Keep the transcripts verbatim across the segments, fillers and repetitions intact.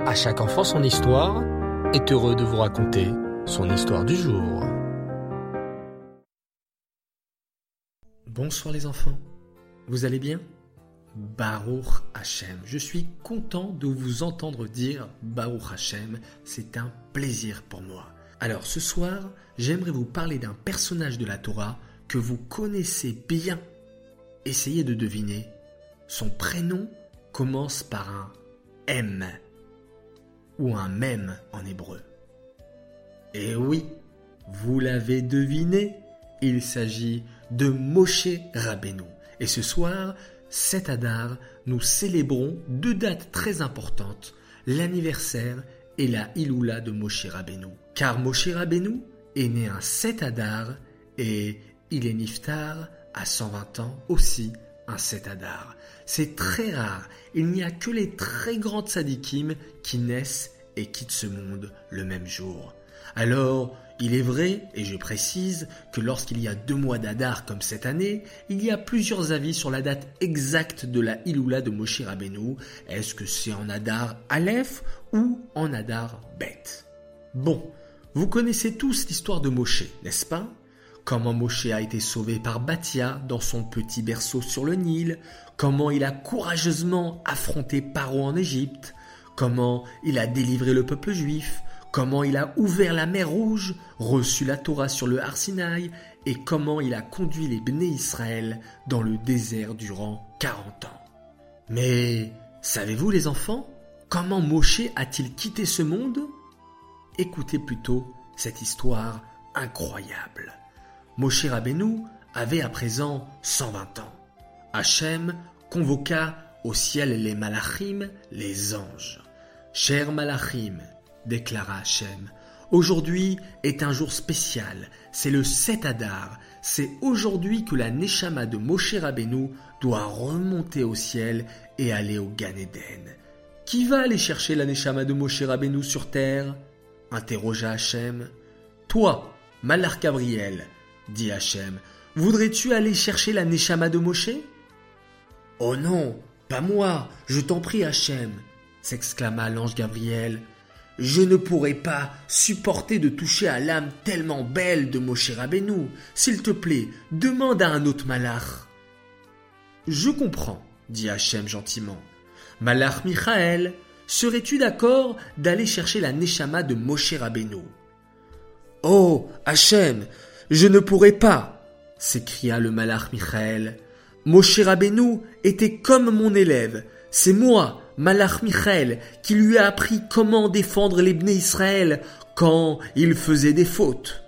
À chaque enfant son histoire est heureux de vous raconter son histoire du jour. Bonsoir les enfants, vous allez bien? Baruch Hashem, je suis content de vous entendre dire Baruch Hashem, c'est un plaisir pour moi. Alors ce soir, j'aimerais vous parler d'un personnage de la Torah que vous connaissez bien. Essayez de deviner. Son prénom commence par un M ou un Mem en hébreu. Et oui, vous l'avez deviné, il s'agit de Moshe Rabbeinu. Et ce soir, sept Adar, nous célébrons deux dates très importantes, l'anniversaire et la Iloula de Moshe Rabbeinu. Car Moshe Rabbeinu est né un sept Adar et il est niftar à cent vingt ans aussi un sept Adar. C'est très rare, il n'y a que les très grands tzadikim qui naissent et quittent ce monde le même jour. Alors, il est vrai, et je précise, que lorsqu'il y a deux mois d'Adar comme cette année, il y a plusieurs avis sur la date exacte de la Iloula de Moshe Rabbeinu. Est-ce que c'est en Adar Aleph ou en Adar Bet? Bon, vous connaissez tous l'histoire de Moshe, n'est-ce pas? Comment Moshe a été sauvé par Bathia dans son petit berceau sur le Nil, comment il a courageusement affronté Paro en Égypte, comment il a délivré le peuple juif, comment il a ouvert la mer Rouge, reçu la Torah sur le Har Sinaï et comment il a conduit les Bnei Israël dans le désert durant quarante ans. Mais savez-vous les enfants, comment Moshe a-t-il quitté ce monde? Écoutez plutôt cette histoire incroyable. Moshe Rabbeinu avait à présent cent vingt ans. Hachem convoqua au ciel les malachim, les anges. « Chers malachim » déclara Hachem, « aujourd'hui est un jour spécial, c'est le sept Adar, c'est aujourd'hui que la Neshama de Moshe Rabbeinu doit remonter au ciel et aller au Gan Eden. Qui va aller chercher la Neshama de Moshe Rabbeinu sur terre ?» interrogea Hachem. « Toi, Malach Gabriel, dit Hachem, voudrais-tu aller chercher la Neshama de Moshe ?»« Oh non, pas moi, je t'en prie Hachem, s'exclama l'ange Gabriel. Je ne pourrai pas supporter de toucher à l'âme tellement belle de Moshe Rabbeinu. S'il te plaît, demande à un autre malach. Je comprends, dit Hachem gentiment. Malach Michael, serais-tu d'accord d'aller chercher la Neshama de Moshe Rabbeinu? Oh, Hachem, je ne pourrai pas, s'écria le malach Michael. Moshe Rabbeinu était comme mon élève. C'est moi, Malach Michael, qui lui a appris comment défendre les Bnei Israël quand ils faisaient des fautes.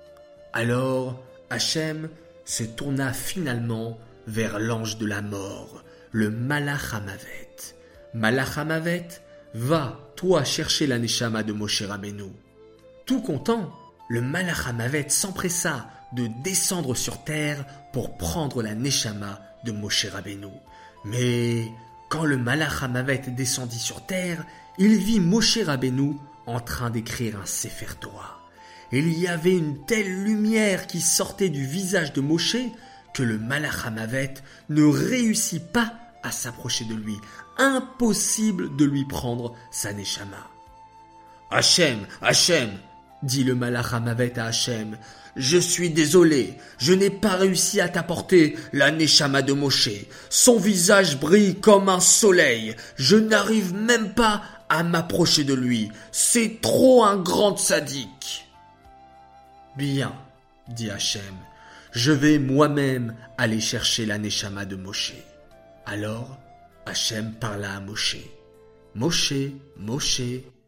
Alors, Hachem se tourna finalement vers l'ange de la mort, le Malach Hamavet. Malach Hamavet, va, toi, chercher la Neshama de Moshe Rabbeinu. Tout content, le Malach Hamavet s'empressa de descendre sur terre pour prendre la Neshama de Moshe Rabbeinu. Mais quand le Malach Hamavet descendit sur terre, il vit Moshe Rabbeinu en train d'écrire un Sefer Torah. Il y avait une telle lumière qui sortait du visage de Moshe que le Malach Hamavet ne réussit pas à s'approcher de lui. Impossible de lui prendre sa Neshama. « Hachem, Hachem !» dit le Malach Hamavet à Hachem. « Je suis désolé, je n'ai pas réussi à t'apporter la Neshama de Moshe. Son visage brille comme un soleil. Je n'arrive même pas à m'approcher de lui. C'est trop un grand tzaddik. » Bien, dit Hachem, je vais moi-même aller chercher la Neshama de Moshe. Alors, Hachem parla à Moshe. Moshe, Moshe.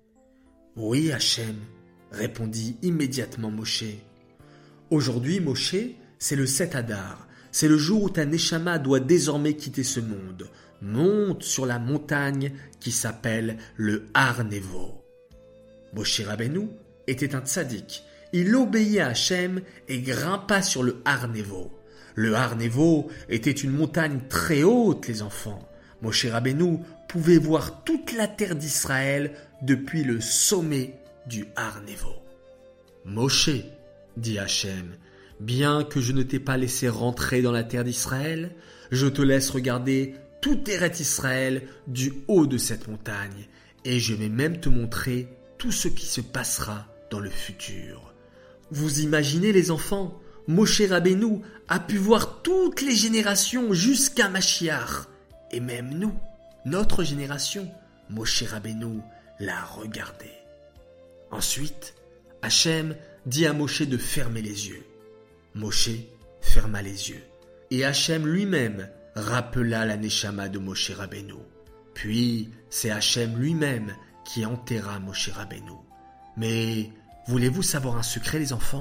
Oui, Hachem, répondit immédiatement Moshe. Aujourd'hui, Moshe, c'est le sept Adar. C'est le jour où ta Neshama doit désormais quitter ce monde. Monte sur la montagne qui s'appelle le Har Nevo. Moshe Rabbeinu était un tzaddik. Il obéit à Hachem et grimpa sur le Har Nevo. Le Har Nevo était une montagne très haute, les enfants. Moshe Rabbeinu pouvait voir toute la terre d'Israël depuis le sommet du Har Nevo. Moshe, dit Hachem, bien que je ne t'ai pas laissé rentrer dans la terre d'Israël, je te laisse regarder tout Eretz Israël du haut de cette montagne. et je vais même te montrer tout ce qui se passera dans le futur. Vous imaginez les enfants, Moshe Rabbeinu a pu voir toutes les générations jusqu'à Mashiach. Et même nous, notre génération, Moshe Rabbeinu l'a regardé. Ensuite, Hachem dit à Moshe de fermer les yeux. Moshe ferma les yeux. Et Hachem lui-même rappela la Neshama de Moshe Rabbeinu. Puis, c'est Hachem lui-même qui enterra Moshe Rabbeinu. Mais voulez-vous savoir un secret, les enfants ?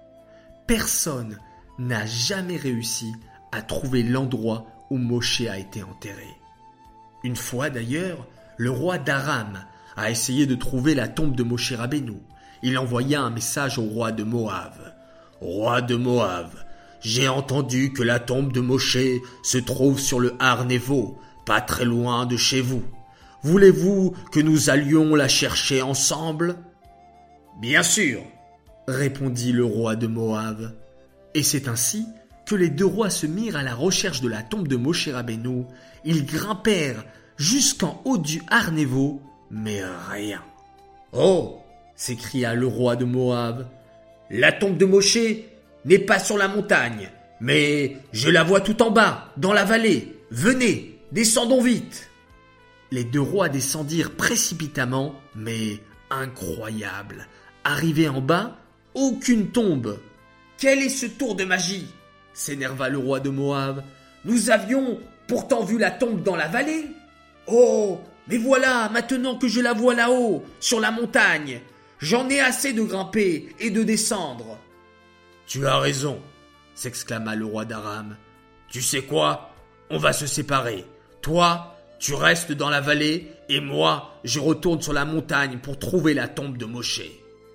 Personne n'a jamais réussi à trouver l'endroit où Moshe a été enterré. Une fois d'ailleurs, le roi d'Aram a essayé de trouver la tombe de Moshe Rabbeinu. Il envoya un message au roi de Moab. « Roi de Moab, j'ai entendu que la tombe de Moshe se trouve sur le Har Nevo, pas très loin de chez vous. Voulez-vous que nous allions la chercher ensemble ?»« Bien sûr !» répondit le roi de Moab. Et c'est ainsi que les deux rois se mirent à la recherche de la tombe de Moshe Rabbeinu. Ils grimpèrent jusqu'en haut du Har Nevo, mais rien. « Oh !» s'écria le roi de Moab. « La tombe de Moshe n'est pas sur la montagne, mais je la vois tout en bas, dans la vallée. Venez, descendons vite !» Les deux rois descendirent précipitamment, mais incroyable. Arrivés en bas, aucune tombe. « Quel est ce tour de magie ?» s'énerva le roi de Moab. « Nous avions pourtant vu la tombe dans la vallée. Oh, mais voilà, maintenant que je la vois là-haut, sur la montagne, j'en ai assez de grimper et de descendre. »« Tu as raison, » s'exclama le roi d'Aram. « Tu sais quoi ? On va se séparer. Toi, tu restes dans la vallée et moi, je retourne sur la montagne pour trouver la tombe de Moshe. »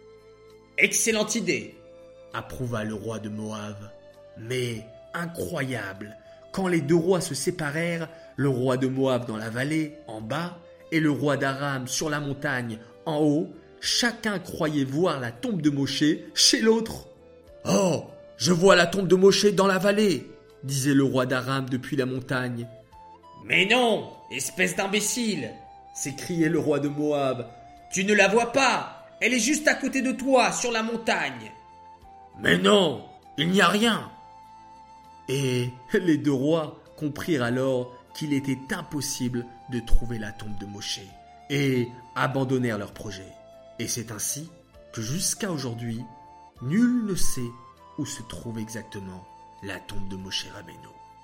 « Excellente idée !» approuva le roi de Moab. Mais incroyable, quand les deux rois se séparèrent, le roi de Moab dans la vallée, en bas, et le roi d'Aram sur la montagne, en haut, chacun croyait voir la tombe de Moshe chez l'autre. « Oh, je vois la tombe de Moshe dans la vallée !» disait le roi d'Aram depuis la montagne. « Mais non, espèce d'imbécile !» s'écriait le roi de Moab. « Tu ne la vois pas ! Elle est juste à côté de toi, sur la montagne. »« Mais non, il n'y a rien !» Et les deux rois comprirent alors qu'il était impossible de trouver la tombe de Moshe et abandonnèrent leur projet. Et c'est ainsi que jusqu'à aujourd'hui, nul ne sait où se trouve exactement la tombe de Moshe Rabbeinu.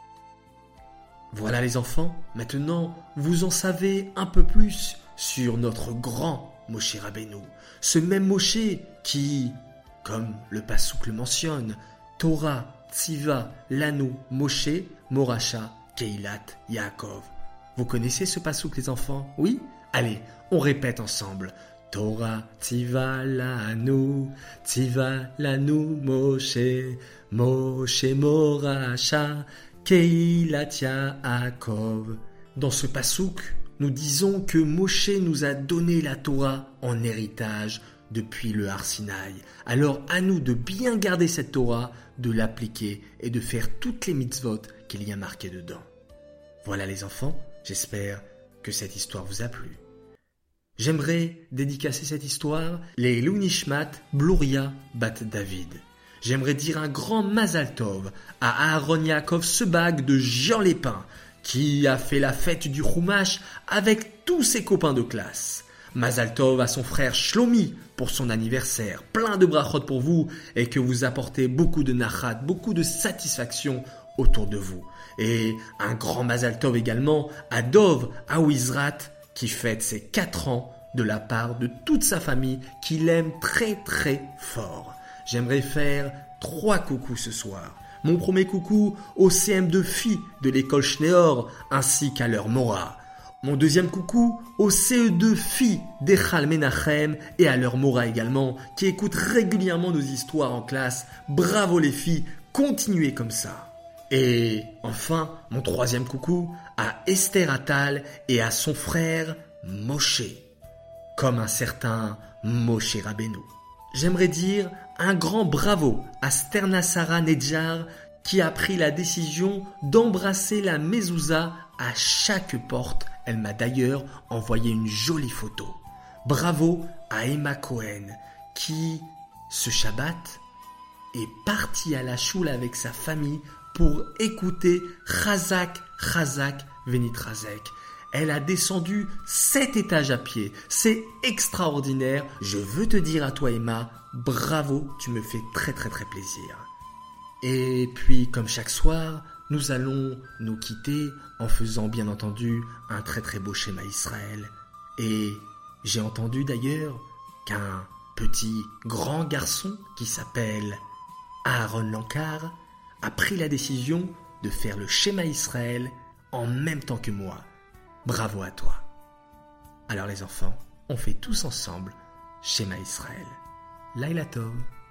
Voilà les enfants, maintenant vous en savez un peu plus sur notre grand Moshe Rabbeinu, ce même Moshe qui, comme le passouk le mentionne, Torah, Tziva, Lanu, Moshe, Moracha, Keilat, Yaakov. Vous connaissez ce passouk les enfants? Oui? Allez, on répète ensemble. Torah, Tziva, Lanu, Tziva, Lanu, Moshe, Moshe, Moracha, Keilat, Yaakov. Dans ce passouk, nous disons que Moshe nous a donné la Torah en héritage depuis le Har Sinaï. Alors à nous de bien garder cette Torah, de l'appliquer et de faire toutes les mitzvot qu'il y a marquées dedans. Voilà les enfants, j'espère que cette histoire vous a plu. J'aimerais dédicacer cette histoire les Lunishmat Bluria Bat David. J'aimerais dire un grand Mazal Tov à Aaron Yaakov Sebag de Jean Lépin, qui a fait la fête du Chumash avec tous ses copains de classe. Mazal Tov à son frère Shlomi pour son anniversaire. Plein de brachot pour vous et que vous apportez beaucoup de nachat, beaucoup de satisfaction autour de vous. Et un grand Mazal Tov également à Dov, à Wizrat, qui fête ses quatre ans de la part de toute sa famille qui l'aime très très fort. J'aimerais faire trois coucous ce soir. Mon premier coucou au C M deux filles de l'école Schneor ainsi qu'à leur Mora. Mon deuxième coucou au C E deux filles d'Echal Menachem et à leur Mora également qui écoutent régulièrement nos histoires en classe. Bravo les filles, continuez comme ça. Et enfin, mon troisième coucou à Esther Attal et à son frère Moshe, comme un certain Moshe Rabbeinu. J'aimerais dire un grand bravo à Sterna Sarah Nedjar qui a pris la décision d'embrasser la mezouza à chaque porte Elle m'a d'ailleurs envoyé une jolie photo. Bravo à Emma Cohen qui, ce Shabbat, est partie à la choule avec sa famille pour écouter Chazak, Chazak, Venit Razek. Elle a descendu sept étages à pied. C'est extraordinaire. Je veux te dire à toi, Emma, bravo, tu me fais très très très plaisir. Et puis, comme chaque soir, nous allons nous quitter en faisant bien entendu un très très beau schéma Israël. Et j'ai entendu d'ailleurs qu'un petit grand garçon qui s'appelle Aaron Lankar a pris la décision de faire le schéma Israël en même temps que moi. Bravo à toi. Alors les enfants, on fait tous ensemble schéma Israël. Laila Tov.